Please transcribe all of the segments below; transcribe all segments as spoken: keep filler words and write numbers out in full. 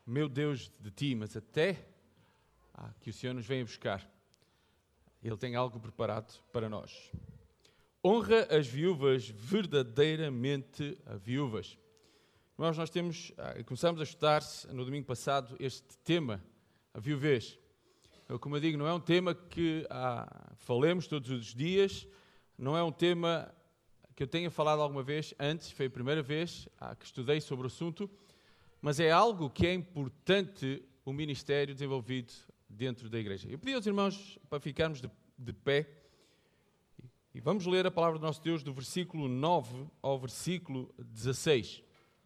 meu Deus, de ti, mas até ah, que o Senhor nos venha buscar. Ele tem algo preparado para nós. Honra as viúvas, verdadeiramente viúvas. Nós, nós temos, ah, começamos a estudar no domingo passado este tema, a viuvez. Como eu digo, não é um tema que ah, falemos todos os dias, não é um tema que eu tenha falado alguma vez antes, foi a primeira vez ah, que estudei sobre o assunto, mas é algo que é importante o ministério desenvolvido dentro da igreja. Eu pedi aos irmãos para ficarmos de, de pé e vamos ler a palavra do nosso Deus do versículo nove ao versículo dezasseis.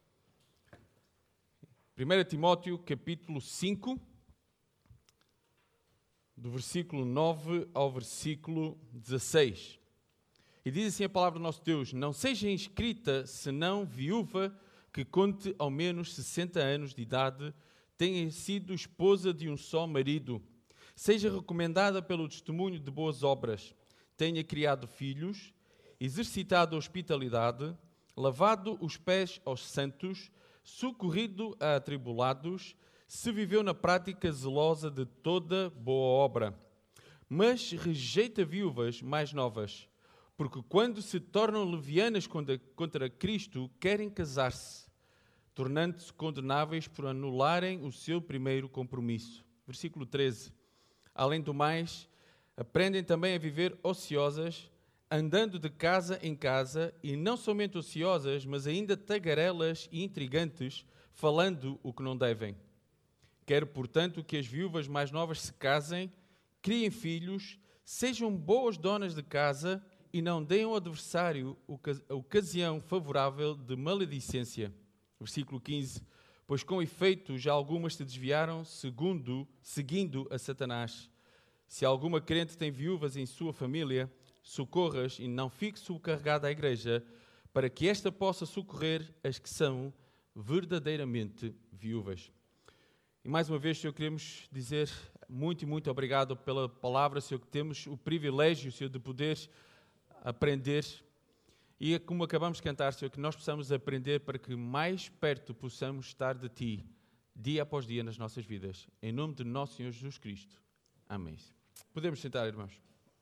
primeiro Timóteo, capítulo cinco, do versículo nove ao versículo dezasseis. E diz assim a palavra do nosso Deus: não seja inscrita, senão viúva, que conte ao menos sessenta anos de idade, tenha sido esposa de um só marido, seja recomendada pelo testemunho de boas obras, tenha criado filhos, exercitado a hospitalidade, lavado os pés aos santos, socorrido a atribulados, se viveu na prática zelosa de toda boa obra. Mas rejeita viúvas mais novas, porque quando se tornam levianas contra Cristo, querem casar-se, tornando-se condenáveis por anularem o seu primeiro compromisso. Versículo treze. Além do mais, aprendem também a viver ociosas, andando de casa em casa, e não somente ociosas, mas ainda tagarelas e intrigantes, falando o que não devem. Quero, portanto, que as viúvas mais novas se casem, criem filhos, sejam boas donas de casa e não deem ao adversário a ocasião favorável de maledicência. Versículo quinze. Pois com efeito já algumas se desviaram segundo, seguindo a Satanás. Se alguma crente tem viúvas em sua família, socorras e não fique sobrecarregada a igreja, para que esta possa socorrer as que são verdadeiramente viúvas. E mais uma vez, Senhor, queremos dizer muito e muito obrigado pela palavra, Senhor, que temos o privilégio, Senhor, de poder aprender. E como acabamos de cantar, Senhor, que nós possamos aprender para que mais perto possamos estar de Ti, dia após dia, nas nossas vidas. Em nome de nosso Senhor Jesus Cristo. Amém. Podemos sentar, irmãos.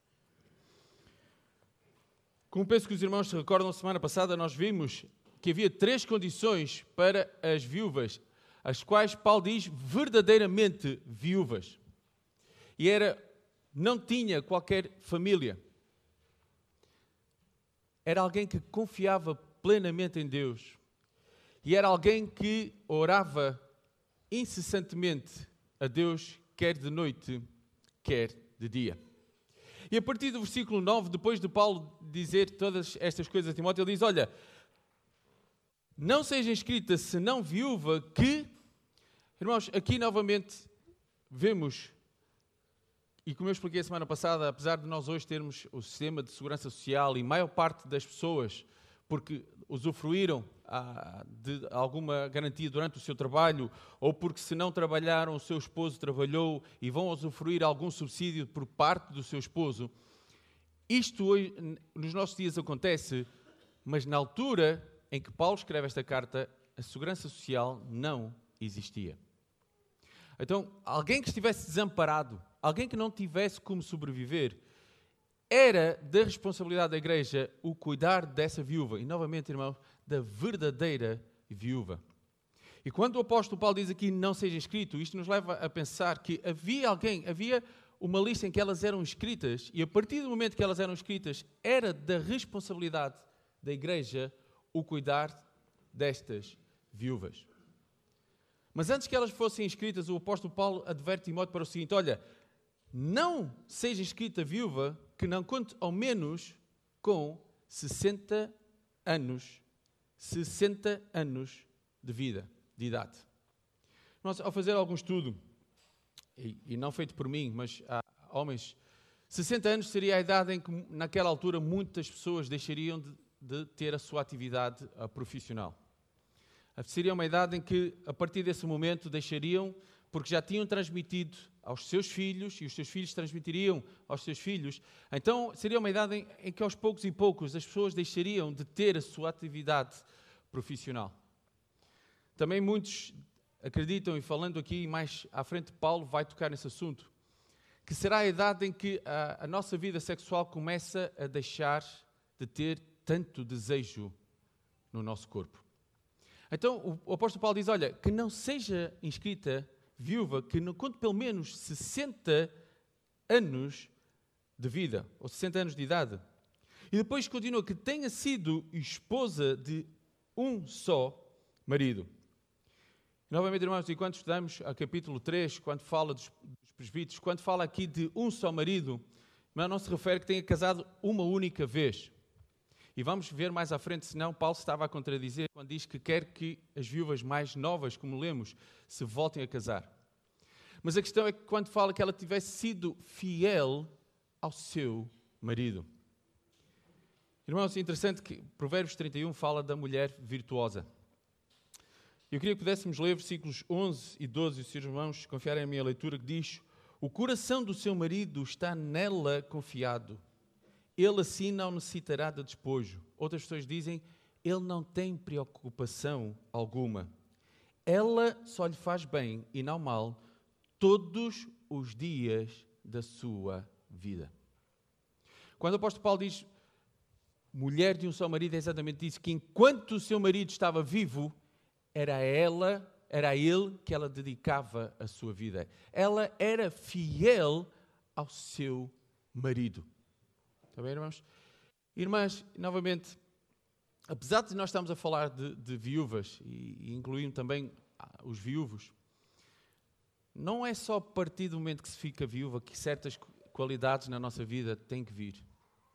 Como penso que os irmãos se recordam, semana passada nós vimos que havia três condições para as viúvas, as quais Paulo diz verdadeiramente viúvas. E era, não tinha qualquer família. Era alguém que confiava plenamente em Deus. E era alguém que orava incessantemente a Deus, quer de noite, quer de dia. E a partir do versículo nove, depois de Paulo dizer todas estas coisas a Timóteo, ele diz, olha, não seja inscrita senão viúva que... Irmãos, aqui novamente vemos, e como eu expliquei a semana passada, apesar de nós hoje termos o sistema de segurança social e maior parte das pessoas, porque usufruíram ah, de alguma garantia durante o seu trabalho, ou porque se não trabalharam, o seu esposo trabalhou e vão usufruir algum subsídio por parte do seu esposo, isto hoje, nos nossos dias acontece, mas na altura em que Paulo escreve esta carta, a segurança social não existia. Então, alguém que estivesse desamparado, alguém que não tivesse como sobreviver, era da responsabilidade da igreja o cuidar dessa viúva. E, novamente, irmãos, da verdadeira viúva. E quando o apóstolo Paulo diz aqui, não seja inscrito, isto nos leva a pensar que havia alguém, havia uma lista em que elas eram escritas, e a partir do momento que elas eram escritas, era da responsabilidade da igreja o cuidar destas viúvas. Mas antes que elas fossem inscritas, o apóstolo Paulo adverte Timóteo para o seguinte, olha, não seja inscrita viúva que não conte ao menos com sessenta anos, sessenta anos de vida, de idade. Nós, ao fazer algum estudo, e, e não feito por mim, mas há homens, sessenta anos seria a idade em que, naquela altura, muitas pessoas deixariam de, de ter a sua atividade uh, profissional. Seria uma idade em que, a partir desse momento, deixariam, porque já tinham transmitido aos seus filhos, e os seus filhos transmitiriam aos seus filhos. Então, seria uma idade em, em que, aos poucos e poucos, as pessoas deixariam de ter a sua atividade profissional. Também muitos acreditam, e falando aqui mais à frente, Paulo vai tocar nesse assunto, que será a idade em que a, a nossa vida sexual começa a deixar de ter tanto desejo no nosso corpo. Então o, o apóstolo Paulo diz, olha, que não seja inscrita viúva, que não conte pelo menos sessenta anos de vida, ou sessenta anos de idade. E depois continua, que tenha sido esposa de um só marido. E, novamente, irmãos, e quando estudamos a capítulo três, quando fala dos, dos presbíteros, quando fala aqui de um só marido, mas não se refere que tenha casado uma única vez. E vamos ver mais à frente, senão Paulo estava a contradizer quando diz que quer que as viúvas mais novas, como lemos, se voltem a casar. Mas a questão é que quando fala que ela tivesse sido fiel ao seu marido. Irmãos, é interessante que Provérbios trinta e um fala da mulher virtuosa. Eu queria que pudéssemos ler versículos onze e doze, e os seus irmãos confiarem na minha leitura, que diz: o coração do seu marido está nela confiado. Ele assim não necessitará de despojo. Outras pessoas dizem, ele não tem preocupação alguma. Ela só lhe faz bem e não mal todos os dias da sua vida. Quando o apóstolo Paulo diz, mulher de um só marido, é exatamente isso, que enquanto o seu marido estava vivo, era ela, era a ele que ela dedicava a sua vida. Ela era fiel ao seu marido. Está bem, irmãos? Irmãs, novamente, apesar de nós estarmos a falar de, de viúvas, e, e incluindo também os viúvos, não é só a partir do momento que se fica viúva que certas qualidades na nossa vida têm que vir.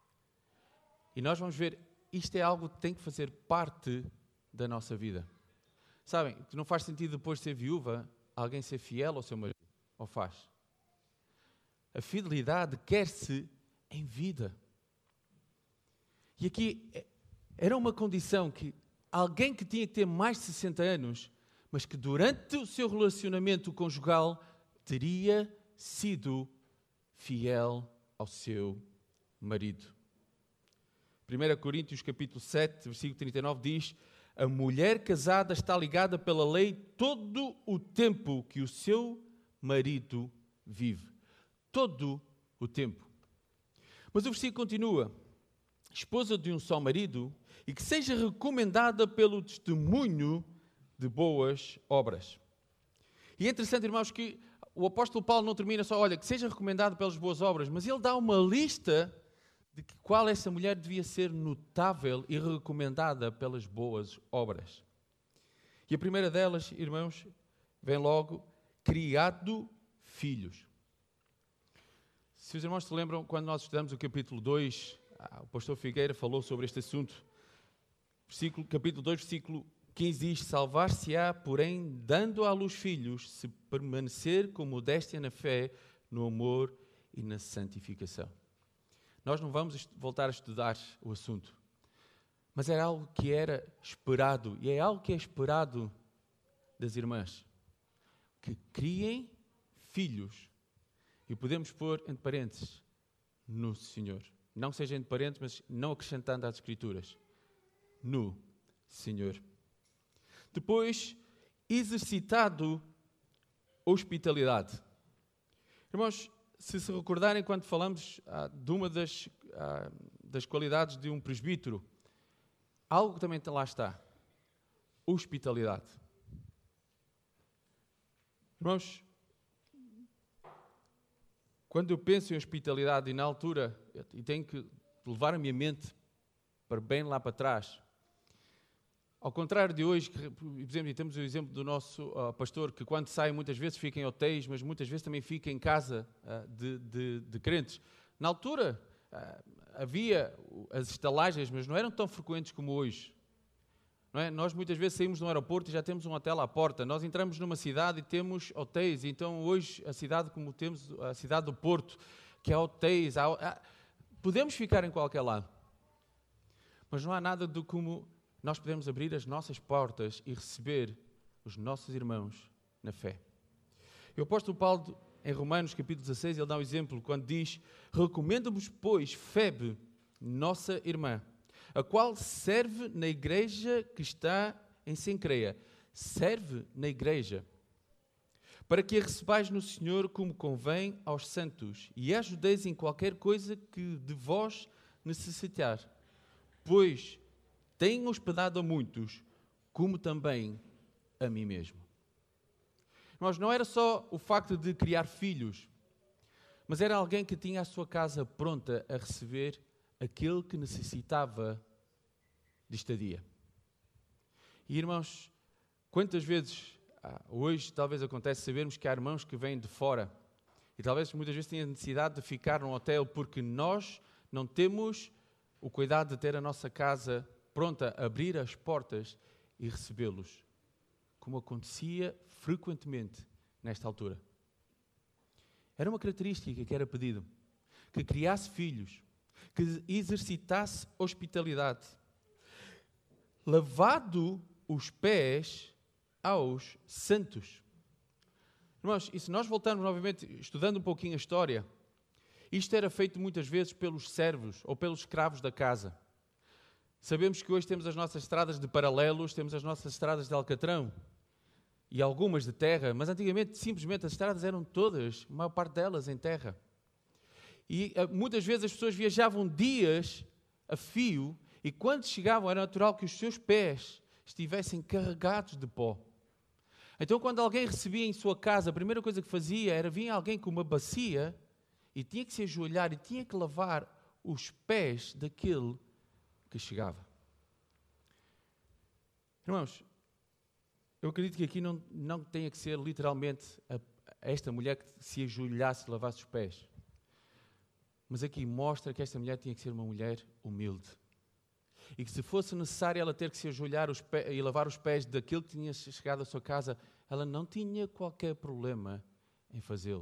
E nós vamos ver, isto é algo que tem que fazer parte da nossa vida. Sabem, que não faz sentido depois de ser viúva, alguém ser fiel ao seu marido. Ou faz? A fidelidade quer-se em vida. E aqui era uma condição que alguém que tinha que ter mais de sessenta anos, mas que durante o seu relacionamento conjugal teria sido fiel ao seu marido. primeira Coríntios capítulo sete, versículo trinta e nove diz: a mulher casada está ligada pela lei todo o tempo que o seu marido vive. Todo o tempo. Mas o versículo continua: esposa de um só marido, e que seja recomendada pelo testemunho de boas obras. E é interessante, irmãos, que o apóstolo Paulo não termina só, olha, que seja recomendado pelas boas obras, mas ele dá uma lista de que qual essa mulher devia ser notável e recomendada pelas boas obras. E a primeira delas, irmãos, vem logo, criado filhos. Se os irmãos se lembram, quando nós estudamos o capítulo dois, o pastor Figueira falou sobre este assunto. Versículo, capítulo dois, versículo quinze diz: salvar-se-á, porém, dando à luz filhos, se permanecer com modéstia na fé, no amor e na santificação. Nós não vamos voltar a estudar o assunto, mas era algo que era esperado, e é algo que é esperado das irmãs, que criem filhos, e podemos pôr entre parênteses, no Senhor. Não seja entre parênteses, mas não acrescentando às Escrituras. No Senhor. Depois, exercitado hospitalidade. Irmãos, se se recordarem quando falamos ah, de uma das, ah, das qualidades de um presbítero, algo que também lá está. Hospitalidade. Irmãos, quando eu penso em hospitalidade, e na altura, e tenho que levar a minha mente para bem lá para trás, ao contrário de hoje, que, por exemplo, temos o exemplo do nosso uh, pastor, que quando sai muitas vezes fica em hotéis, mas muitas vezes também fica em casa uh, de, de, de crentes. Na altura uh, havia as estalagens, mas não eram tão frequentes como hoje. Não é? Nós muitas vezes saímos de um aeroporto e já temos um hotel à porta. Nós entramos numa cidade e temos hotéis. Então hoje a cidade como temos, a cidade do Porto, que há hotéis, há, há, podemos ficar em qualquer lado. Mas não há nada do como nós podemos abrir as nossas portas e receber os nossos irmãos na fé. E o apóstolo Paulo, em Romanos capítulo dezasseis, ele dá um exemplo quando diz: recomendo-vos, pois, Febe, nossa irmã, a qual serve na igreja que está em Cencreia. Serve na igreja. para que a recebais no Senhor como convém aos santos, e ajudeis em qualquer coisa que de vós necessitar, pois tenho hospedado a muitos, como também a mim mesmo. Mas não era só o facto de criar filhos, mas era alguém que tinha a sua casa pronta a receber aquele que necessitava de estadia. E irmãos, quantas vezes ah, hoje talvez acontece sabermos que há irmãos que vêm de fora e talvez muitas vezes tenham necessidade de ficar num hotel porque nós não temos o cuidado de ter a nossa casa pronta a abrir as portas e recebê-los, como acontecia frequentemente nesta altura. Era uma característica que era pedido, que criasse filhos, que exercitasse hospitalidade, lavado os pés aos santos. Irmãos, e se nós voltarmos novamente, estudando um pouquinho a história, isto era feito muitas vezes pelos servos ou pelos escravos da casa. Sabemos que hoje temos as nossas estradas de paralelos, temos as nossas estradas de alcatrão e algumas de terra, mas antigamente simplesmente as estradas eram todas, a maior parte delas em terra. E muitas vezes as pessoas viajavam dias a fio e quando chegavam era natural que os seus pés estivessem carregados de pó. Então quando alguém recebia em sua casa, a primeira coisa que fazia era vir alguém com uma bacia e tinha que se ajoelhar e tinha que lavar os pés daquele que chegava. Irmãos, eu acredito que aqui não, não tenha que ser literalmente a, a esta mulher que se ajoelhasse e lavasse os pés. Mas aqui mostra que esta mulher tinha que ser uma mulher humilde. E que se fosse necessário ela ter que se ajoelhar os pés, e lavar os pés daquele que tinha chegado à sua casa, ela não tinha qualquer problema em fazê-lo.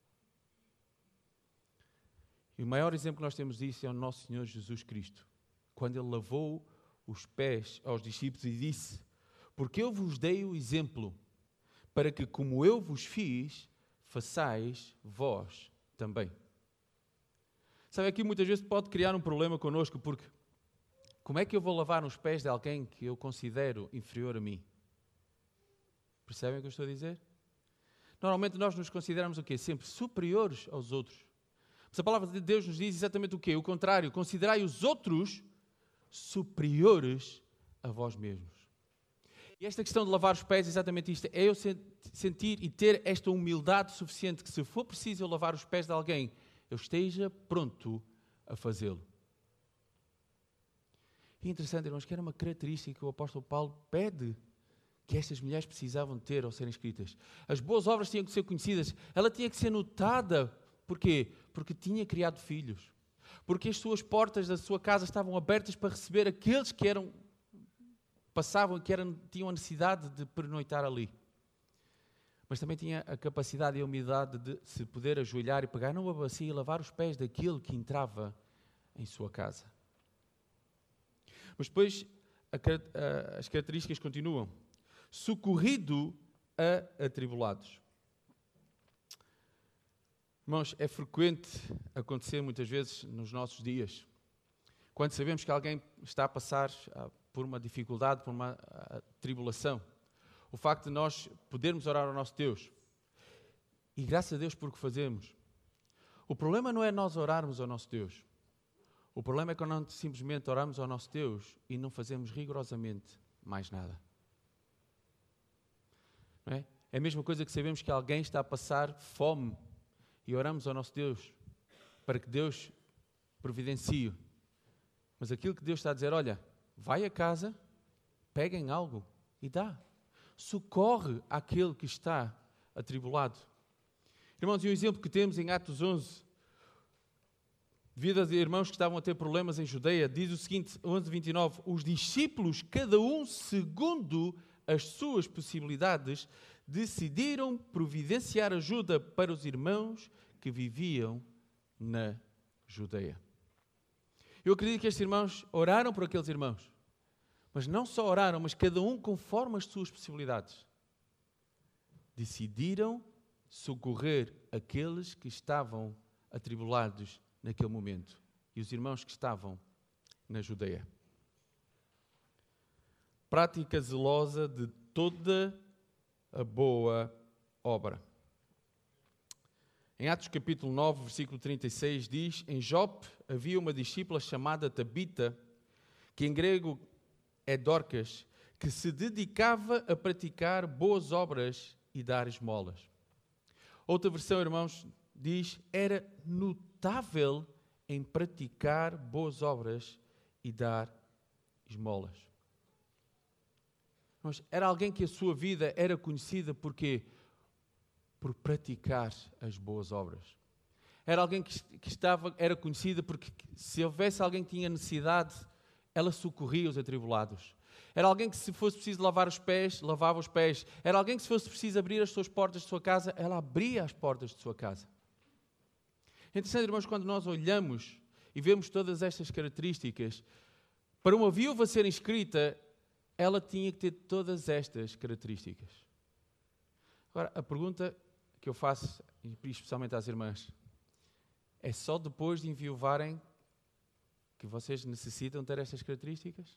E o maior exemplo que nós temos disso é o nosso Senhor Jesus Cristo. Quando Ele lavou os pés aos discípulos e disse: porque eu vos dei o exemplo, para que como eu vos fiz, façais vós também. Sabe, aqui muitas vezes pode criar um problema connosco, porque como é que eu vou lavar os pés de alguém que eu considero inferior a mim? Percebem o que eu estou a dizer? Normalmente nós nos consideramos o quê? Sempre superiores aos outros. Mas a palavra de Deus nos diz exatamente o quê? O contrário, considerai os outros superiores a vós mesmos. E esta questão de lavar os pés é exatamente isto. É eu sentir e ter esta humildade suficiente que se for preciso eu lavar os pés de alguém, eu esteja pronto a fazê-lo. E é interessante, irmãos, que era uma característica que o apóstolo Paulo pede que estas mulheres precisavam ter ao serem escritas. As boas obras tinham que ser conhecidas, ela tinha que ser notada. Porquê? Porque tinha criado filhos. Porque as suas portas da sua casa estavam abertas para receber aqueles que eram, passavam e que eram, tinham a necessidade de pernoitar ali. Mas também tinha a capacidade e a humildade de se poder ajoelhar e pegar numa bacia e lavar os pés daquele que entrava em sua casa. Mas depois a, a, as características continuam. Socorrido a atribulados. Irmãos, é frequente acontecer muitas vezes nos nossos dias, quando sabemos que alguém está a passar uh, por uma dificuldade, por uma uh, tribulação, o facto de nós podermos orar ao nosso Deus, e graças a Deus por que fazemos. O problema não é nós orarmos ao nosso Deus, o problema é quando nós simplesmente oramos ao nosso Deus e não fazemos rigorosamente mais nada. Não é? É a mesma coisa que sabemos que alguém está a passar fome e oramos ao nosso Deus para que Deus providencie. Mas aquilo que Deus está a dizer, olha, vai a casa, peguem algo e dá. Socorre aquele que está atribulado. Irmãos, e um exemplo que temos em Atos onze, vida de irmãos que estavam a ter problemas em Judeia, diz o seguinte, onze, vinte e nove, os discípulos, cada um segundo as suas possibilidades, decidiram providenciar ajuda para os irmãos que viviam na Judeia. Eu acredito que estes irmãos oraram por aqueles irmãos, mas não só oraram, mas cada um conforme as suas possibilidades. Decidiram socorrer aqueles que estavam atribulados naquele momento e os irmãos que estavam na Judeia. Prática zelosa de toda a boa obra. Em Atos capítulo nove, versículo trinta e seis, diz: em Jope havia uma discípula chamada Tabita, que em grego é Dorcas, que se dedicava a praticar boas obras e dar esmolas. Outra versão, irmãos, diz: era notável em praticar boas obras e dar esmolas. Mas era alguém que a sua vida era conhecida porque por praticar as boas obras. Era alguém que, que estava, era conhecida porque se houvesse alguém que tinha necessidade, ela socorria os atribulados. Era alguém que se fosse preciso lavar os pés, lavava os pés. Era alguém que se fosse preciso abrir as suas portas de sua casa, ela abria as portas de sua casa. É interessante, irmãos, quando nós olhamos e vemos todas estas características, para uma viúva ser inscrita, ela tinha que ter todas estas características. Agora, a pergunta que eu faço, especialmente às irmãs, é só depois de enviuvarem que vocês necessitam ter estas características?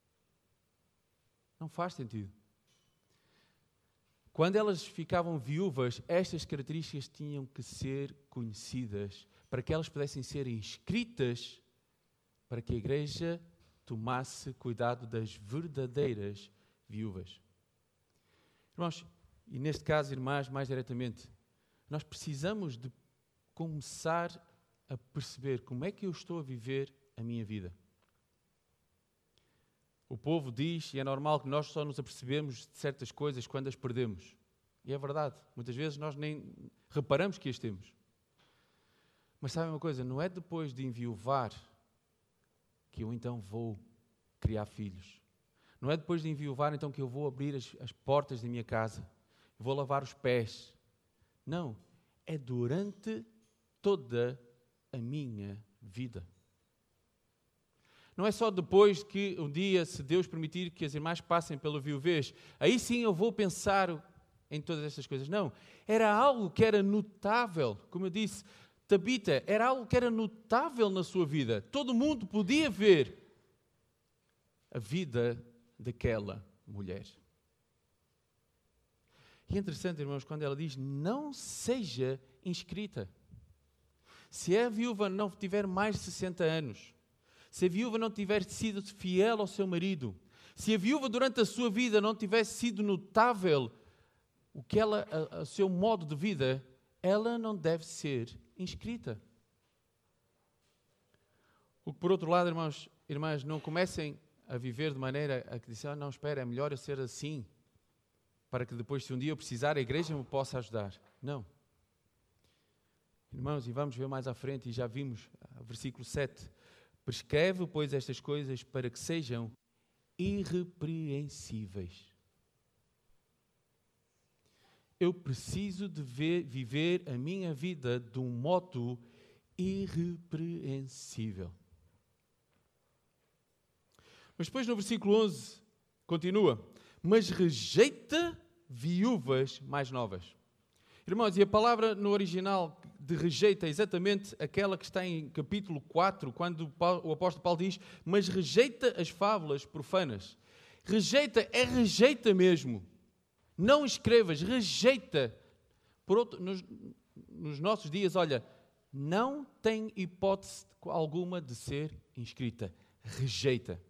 Não faz sentido. Quando elas ficavam viúvas, estas características tinham que ser conhecidas para que elas pudessem ser inscritas para que a igreja tomasse cuidado das verdadeiras viúvas. Irmãos, e neste caso, irmãs, mais diretamente, nós precisamos de começar a perceber como é que eu estou a viver a minha vida. O povo diz, e é normal que nós só nos apercebemos de certas coisas quando as perdemos. E é verdade, muitas vezes nós nem reparamos que as temos. Mas sabem uma coisa, não é depois de enviuvar que eu então vou criar filhos. Não é depois de enviuvar então que eu vou abrir as, as portas da minha casa. Vou lavar os pés. Não, é durante toda a minha vida. Não é só depois que um dia, se Deus permitir que as irmãs passem pela viuvez, aí sim eu vou pensar em todas estas coisas. Não, era algo que era notável. Como eu disse, Tabita, era algo que era notável na sua vida. Todo mundo podia ver a vida daquela mulher. E é interessante, irmãos, quando ela diz, não seja inscrita. Se a viúva não tiver mais de sessenta anos, se a viúva não tiver sido fiel ao seu marido, se a viúva durante a sua vida não tivesse sido notável o que ela, o seu modo de vida, ela não deve ser inscrita. O que, por outro lado, irmãos, irmãs, não comecem a viver de maneira a que dizem, ah, não, espera, é melhor eu ser assim, para que depois, se um dia eu precisar, a igreja me possa ajudar. Não. Irmãos, e vamos ver mais à frente, e já vimos, versículo sete, prescreve, pois, estas coisas para que sejam irrepreensíveis. Eu preciso de ver, viver a minha vida de um modo irrepreensível. Mas depois no versículo onze, continua, mas rejeita viúvas mais novas. Irmãos, e a palavra no original de rejeita é exatamente aquela que está em capítulo quatro, quando o apóstolo Paulo diz, mas rejeita as fábulas profanas. Rejeita, é rejeita mesmo. Não escrevas, rejeita. Por outro, nos, nos nossos dias, olha, não tem hipótese alguma de ser inscrita. Rejeita.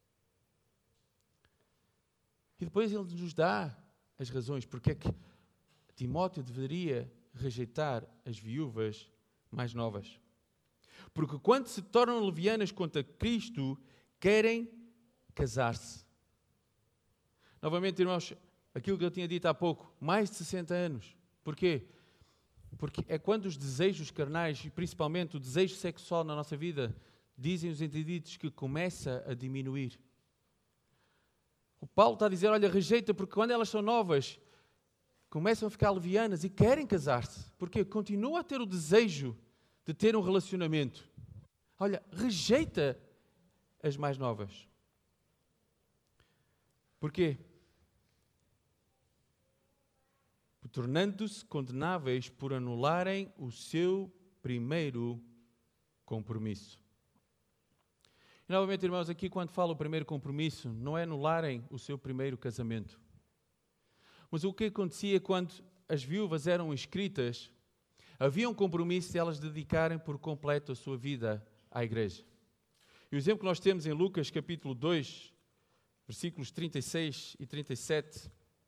E depois ele nos dá as razões porque é que Timóteo deveria rejeitar as viúvas mais novas. Porque quando se tornam levianas contra Cristo, querem casar-se. Novamente, irmãos, aquilo que eu tinha dito há pouco, mais de sessenta anos. Porquê? Porque é quando os desejos carnais, e principalmente o desejo sexual na nossa vida, dizem os entendidos que começa a diminuir. O Paulo está a dizer, olha, rejeita, porque quando elas são novas, começam a ficar levianas e querem casar-se. Porque continua a ter o desejo de ter um relacionamento. Olha, rejeita as mais novas. Porquê? Tornando-se condenáveis por anularem o seu primeiro compromisso. E, novamente, irmãos, aqui quando falo o primeiro compromisso, não é anularem o seu primeiro casamento. Mas o que acontecia quando as viúvas eram inscritas, Havia um compromisso de elas dedicarem por completo a sua vida à igreja. E o exemplo que nós temos em Lucas capítulo dois, versículos trinta e seis e trinta e sete.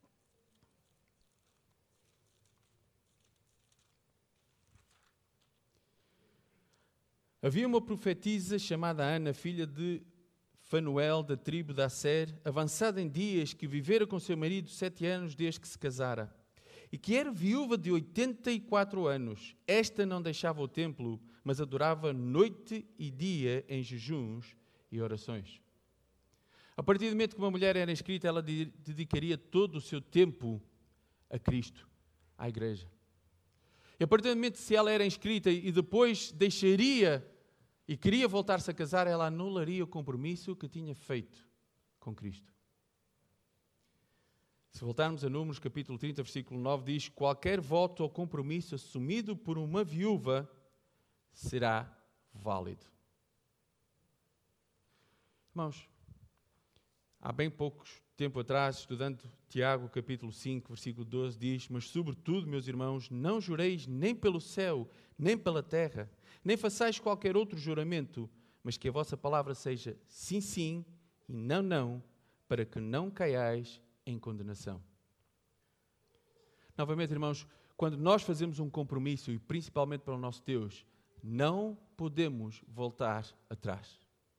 Havia uma profetisa chamada Ana, filha de Fanuel, da tribo de Asser, avançada em dias, que vivera com seu marido sete anos desde que se casara, e que era viúva de oitenta e quatro anos. Esta não deixava o templo, mas adorava noite e dia em jejuns e orações. A partir do momento que uma mulher era inscrita, ela dedicaria todo o seu tempo a Cristo, à igreja. E a partir do momento que se ela era inscrita e depois deixaria e queria voltar-se a casar, ela anularia o compromisso que tinha feito com Cristo. Se voltarmos a Números, capítulo trinta, versículo nove, diz: qualquer voto ou compromisso assumido por uma viúva será válido. Irmãos, há bem poucos tempo atrás, estudando Tiago, capítulo cinco, versículo doze, diz: mas sobretudo, meus irmãos, não jureis nem pelo céu, nem pela terra, nem façais qualquer outro juramento, mas que a vossa palavra seja sim, sim e não, não, para que não caiais em condenação. Novamente, irmãos, quando nós fazemos um compromisso, e principalmente para o nosso Deus, não podemos voltar atrás.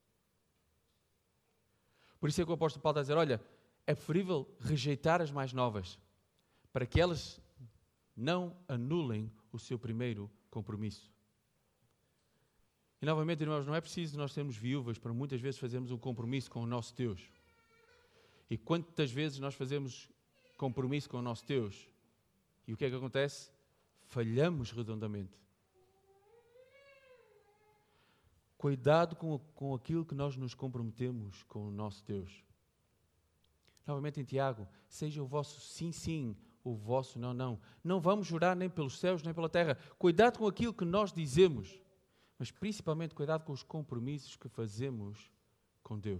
Por isso é que o apóstolo Paulo está a dizer: olha, é preferível rejeitar as mais novas, para que elas não anulem o seu primeiro compromisso. E novamente, irmãos, não é preciso nós sermos viúvas para muitas vezes fazermos um compromisso com o nosso Deus. E quantas vezes nós fazemos compromisso com o nosso Deus, e o que é que acontece? Falhamos redondamente. Cuidado com, com aquilo que nós nos comprometemos com o nosso Deus. Novamente em Tiago: seja o vosso sim, sim, o vosso não, não. Não vamos jurar nem pelos céus, nem pela terra. Cuidado com aquilo que nós dizemos, mas principalmente cuidado com os compromissos que fazemos com Deus.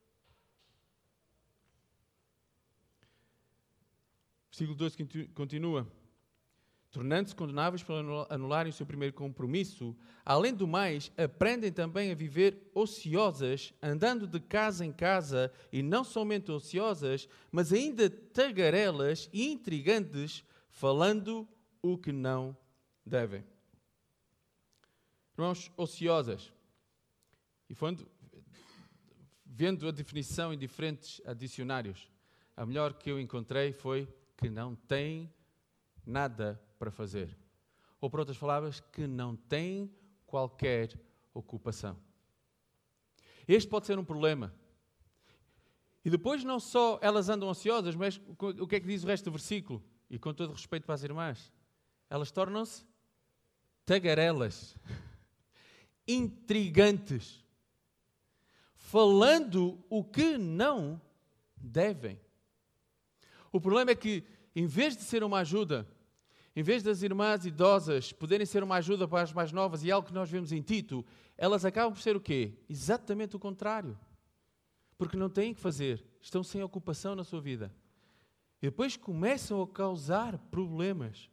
Versículo doze continua: tornando-se condenáveis por anularem o seu primeiro compromisso, além do mais, aprendem também a viver ociosas, andando de casa em casa, e não somente ociosas, mas ainda tagarelas e intrigantes, falando o que não devem. Irmãos, ociosas. E quando, vendo a definição em diferentes dicionários, a melhor que eu encontrei foi que não têm nada para fazer. Ou, por outras palavras, que não têm qualquer ocupação. Este pode ser um problema. E depois não só elas andam ansiosas, mas o que é que diz o resto do versículo? E com todo respeito para as irmãs, elas tornam-se tagarelas, intrigantes, falando o que não devem. O problema é que, em vez de ser uma ajuda, em vez das irmãs idosas poderem ser uma ajuda para as mais novas, e é algo que nós vemos em Tito, elas acabam por ser o quê? Exatamente o contrário. Porque não têm o que fazer, estão sem ocupação na sua vida. E depois começam a causar problemas.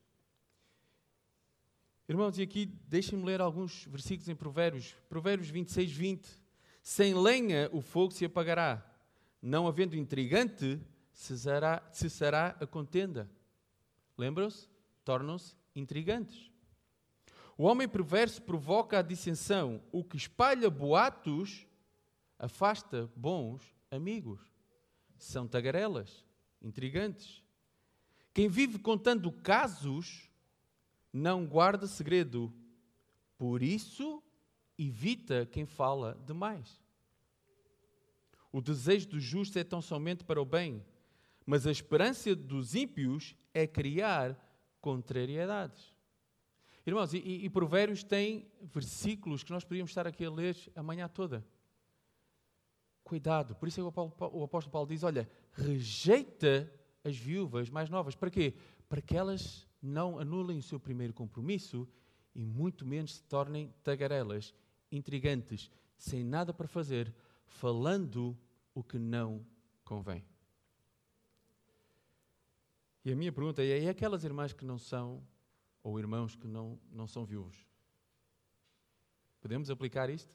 Irmãos, e aqui deixem-me ler alguns versículos em Provérbios. Provérbios vinte e seis, vinte. Sem lenha o fogo se apagará, não havendo intrigante, cessará, cessará a contenda. Lembram-se? Tornam-se intrigantes. O homem perverso provoca a dissensão. O que espalha boatos afasta bons amigos. São tagarelas, intrigantes. Quem vive contando casos não guarda segredo. Por isso, evita quem fala demais. O desejo do justo é tão somente para o bem, mas a esperança dos ímpios é criar contrariedades. Irmãos, e, e Provérbios tem versículos que nós podíamos estar aqui a ler a manhã toda. Cuidado, por isso é que o, Paulo, o apóstolo Paulo diz, olha, rejeita as viúvas mais novas. Para quê? Para que elas não anulem o seu primeiro compromisso e muito menos se tornem tagarelas, intrigantes, sem nada para fazer, falando o que não convém. E a minha pergunta é, e aquelas irmãs que não são ou irmãos que não, não são viúvos. Podemos aplicar isto?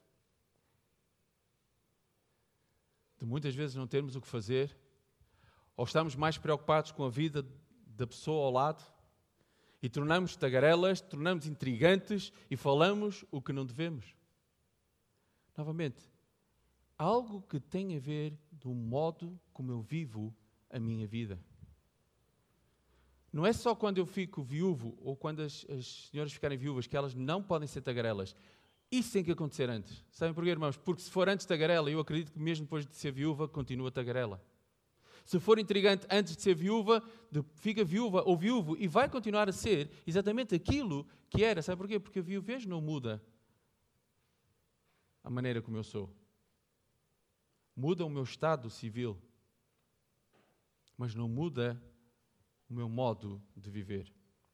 De muitas vezes não termos o que fazer, ou estamos mais preocupados com a vida da pessoa ao lado, e tornamos tagarelas, tornamos intrigantes e falamos o que não devemos. Novamente, algo que tem a ver do modo como eu vivo a minha vida. Não é só quando eu fico viúvo ou quando as, as senhoras ficarem viúvas que elas não podem ser tagarelas. Isso tem que acontecer antes. Sabem porquê, irmãos? Porque se for antes tagarela, eu acredito que mesmo depois de ser viúva, continua tagarela. Se for intrigante antes de ser viúva, de, fica viúva ou viúvo e vai continuar a ser exatamente aquilo que era. Sabe porquê? Porque a viuvez não muda a maneira como eu sou. Muda o meu estado civil, mas não muda o meu modo de viver.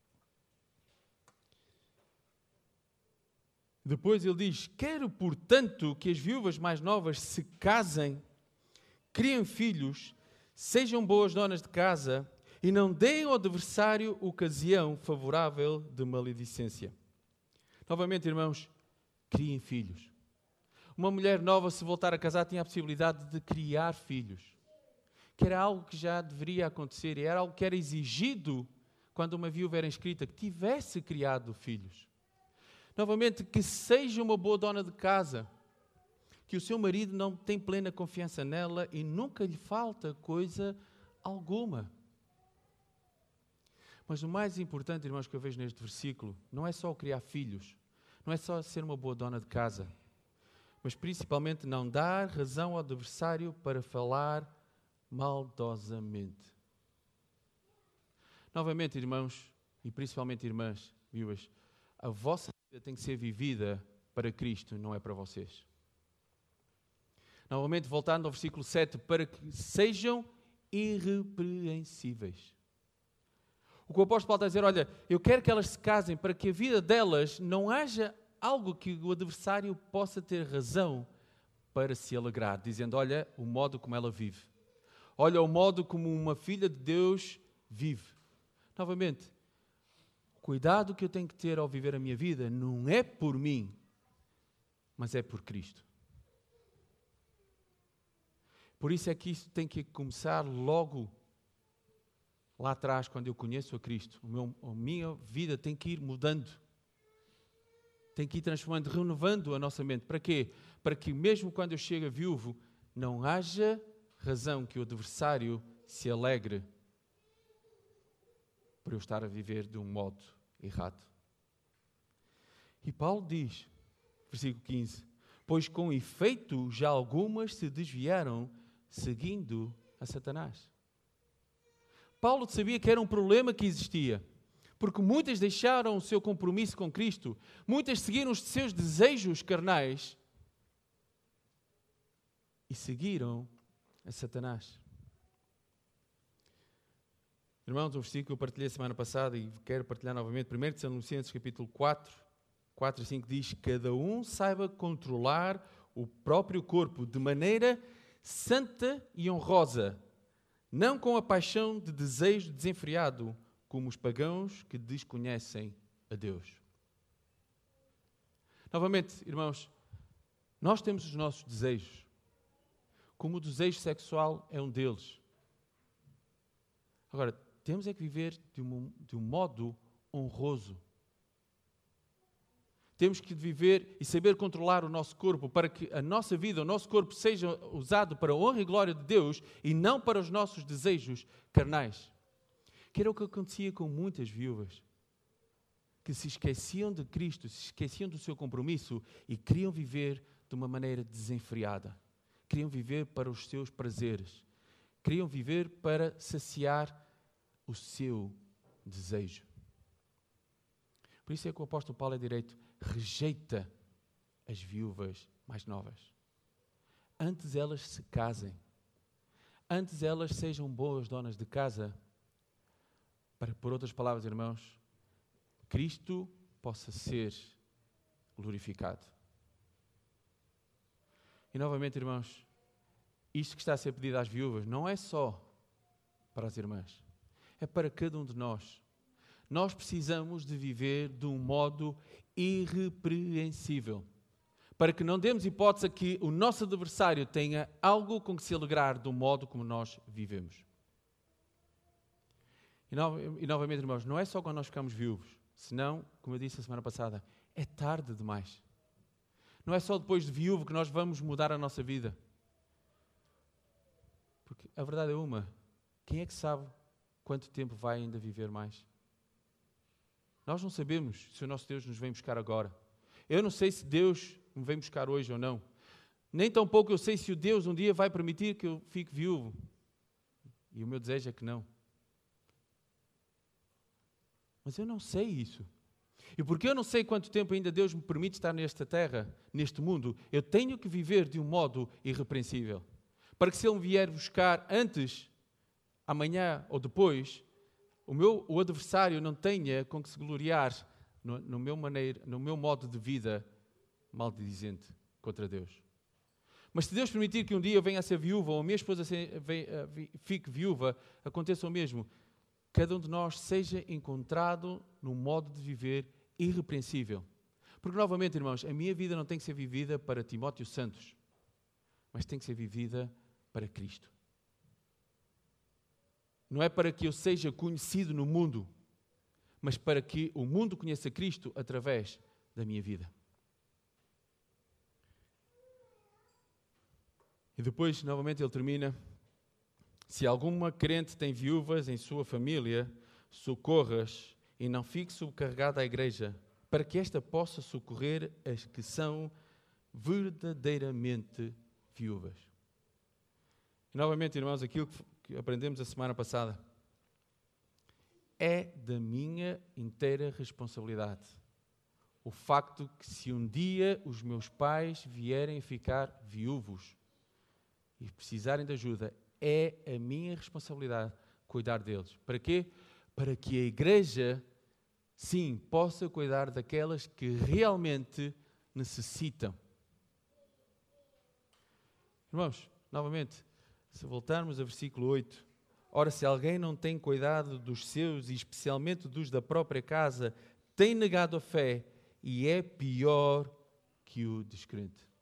Depois ele diz: quero, portanto, que as viúvas mais novas se casem, criem filhos, sejam boas donas de casa e não deem ao adversário ocasião favorável de maledicência. Novamente, irmãos, criem filhos. Uma mulher nova, se voltar a casar, tinha a possibilidade de criar filhos, que era algo que já deveria acontecer e era algo que era exigido quando uma viúva era inscrita, que tivesse criado filhos. Novamente, que seja uma boa dona de casa, que o seu marido não tem plena confiança nela e nunca lhe falta coisa alguma. Mas o mais importante, irmãos, que eu vejo neste versículo, não é só criar filhos, não é só ser uma boa dona de casa, mas principalmente não dar razão ao adversário para falar maldosamente. Novamente, irmãos, e principalmente irmãs viúvas, a vossa vida tem que ser vivida para Cristo, não é para vocês. Novamente, voltando ao versículo sete, para que sejam irrepreensíveis. O que o apóstolo Paulo está a dizer, olha, eu quero que elas se casem para que a vida delas não haja algo que o adversário possa ter razão para se alegrar, dizendo, olha, o modo como ela vive. Olha o modo como uma filha de Deus vive. Novamente, o cuidado que eu tenho que ter ao viver a minha vida não é por mim, mas é por Cristo. Por isso é que isso tem que começar logo lá atrás, quando eu conheço a Cristo. O meu, a minha vida tem que ir mudando. Tem que ir transformando, renovando a nossa mente. Para quê? Para que mesmo quando eu chego a viúvo, não haja razão que o adversário se alegre por eu estar a viver de um modo errado. E Paulo diz, versículo quinze, pois com efeito já algumas se desviaram seguindo a Satanás. Paulo sabia que era um problema que existia, porque muitas deixaram o seu compromisso com Cristo, muitas seguiram os seus desejos carnais e seguiram a Satanás. Irmãos, um versículo que eu partilhei a semana passada e quero partilhar novamente, primeiro Tessalonicenses capítulo quatro, quatro e cinco diz, cada um saiba controlar o próprio corpo de maneira santa e honrosa, não com a paixão de desejo desenfreado, como os pagãos que desconhecem a Deus. Novamente, irmãos, nós temos os nossos desejos, como o desejo sexual é um deles. Agora, temos é que viver de um, de um modo honroso. Temos que viver e saber controlar o nosso corpo para que a nossa vida, o nosso corpo seja usado para a honra e glória de Deus e não para os nossos desejos carnais. Que era o que acontecia com muitas viúvas, que se esqueciam de Cristo, se esqueciam do seu compromisso e queriam viver de uma maneira desenfreada. Queriam viver para os seus prazeres. Queriam viver para saciar o seu desejo. Por isso é que o apóstolo Paulo é direito, rejeita as viúvas mais novas. Antes elas se casem, antes elas sejam boas donas de casa, para, por outras palavras, irmãos, Cristo possa ser glorificado. E novamente, irmãos, isto que está a ser pedido às viúvas não é só para as irmãs, é para cada um de nós. nós precisamos de viver de um modo irrepreensível, para que não demos hipótese a que o nosso adversário tenha algo com que se alegrar do modo como nós vivemos. E, no, e novamente, irmãos, não é só quando nós ficamos viúvos, senão, como eu disse a semana passada, é tarde demais. Não é só depois de viúvo que nós vamos mudar a nossa vida. Porque a verdade é uma, quem é que sabe quanto tempo vai ainda viver mais? Nós não sabemos se o nosso Deus nos vem buscar agora. Eu não sei se Deus me vem buscar hoje ou não. Nem tampouco eu sei se o Deus um dia vai permitir que eu fique viúvo. E o meu desejo é que não. Mas eu não sei isso. E porque eu não sei quanto tempo ainda Deus me permite estar nesta terra, neste mundo, eu tenho que viver de um modo irrepreensível. Para que se Ele me vier buscar antes, amanhã ou depois, o meu o adversário não tenha com que se gloriar no, no, meu maneira, no meu modo de vida maldizente contra Deus. Mas se Deus permitir que um dia eu venha a ser viúva, ou a minha esposa se, venha, fique viúva, aconteça o mesmo. Cada um de nós seja encontrado num modo de viver irrepreensível. Porque, novamente, irmãos, a minha vida não tem que ser vivida para Timóteo Santos, mas tem que ser vivida para Cristo. Não é para que eu seja conhecido no mundo, mas para que o mundo conheça Cristo através da minha vida. E depois, novamente, ele termina: se alguma crente tem viúvas em sua família, socorras e não fique sobrecarregada a igreja, para que esta possa socorrer as que são verdadeiramente viúvas. E, novamente, irmãos, aquilo que aprendemos a semana passada é da minha inteira responsabilidade. O facto que se um dia os meus pais vierem a ficar viúvos e precisarem de ajuda, é a minha responsabilidade cuidar deles. Para quê? Para que a igreja, sim, possa cuidar daquelas que realmente necessitam. Irmãos, novamente, se voltarmos ao versículo oito, ora, se alguém não tem cuidado dos seus, e especialmente dos da própria casa, tem negado a fé e é pior que o descrente.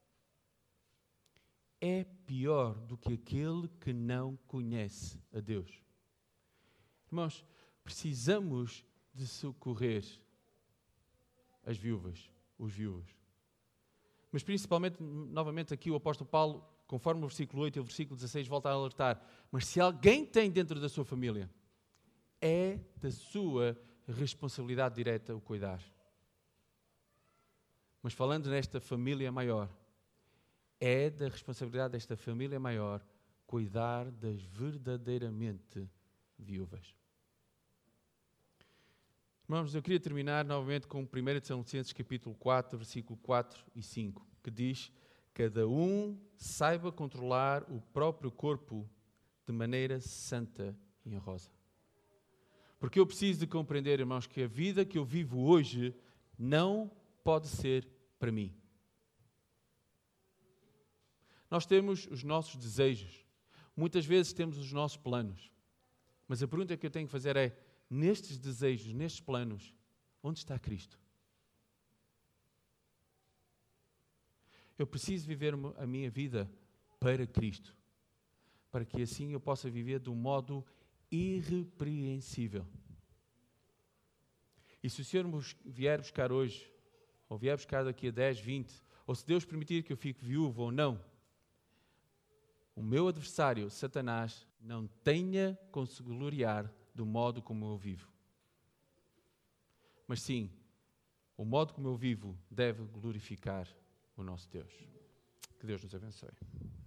É pior do que aquele que não conhece a Deus. Irmãos, precisamos de socorrer as viúvas, os viúvos. Mas principalmente, novamente aqui o apóstolo Paulo, conforme o versículo oito e o versículo dezasseis, volta a alertar. Mas se alguém tem dentro da sua família, é da sua responsabilidade direta o cuidar. Mas falando nesta família maior, é da responsabilidade desta família maior cuidar das verdadeiramente viúvas. Irmãos, eu queria terminar novamente com primeira Tessalonicenses capítulo quatro, versículo quatro e cinco, que diz: cada um saiba controlar o próprio corpo de maneira santa e honrosa. Porque eu preciso de compreender, irmãos, que a vida que eu vivo hoje não pode ser para mim. Nós temos os nossos desejos, muitas vezes temos os nossos planos, mas a pergunta que eu tenho que fazer é, nestes desejos, nestes planos, onde está Cristo? Eu preciso viver a minha vida para Cristo, para que assim eu possa viver de um modo irrepreensível. E se o Senhor me vier buscar hoje, ou vier buscar daqui a dez, vinte, ou se Deus permitir que eu fique viúvo ou não, o meu adversário, Satanás, não tenha com se gloriar do modo como eu vivo. Mas sim, o modo como eu vivo deve glorificar o nosso Deus. Que Deus nos abençoe.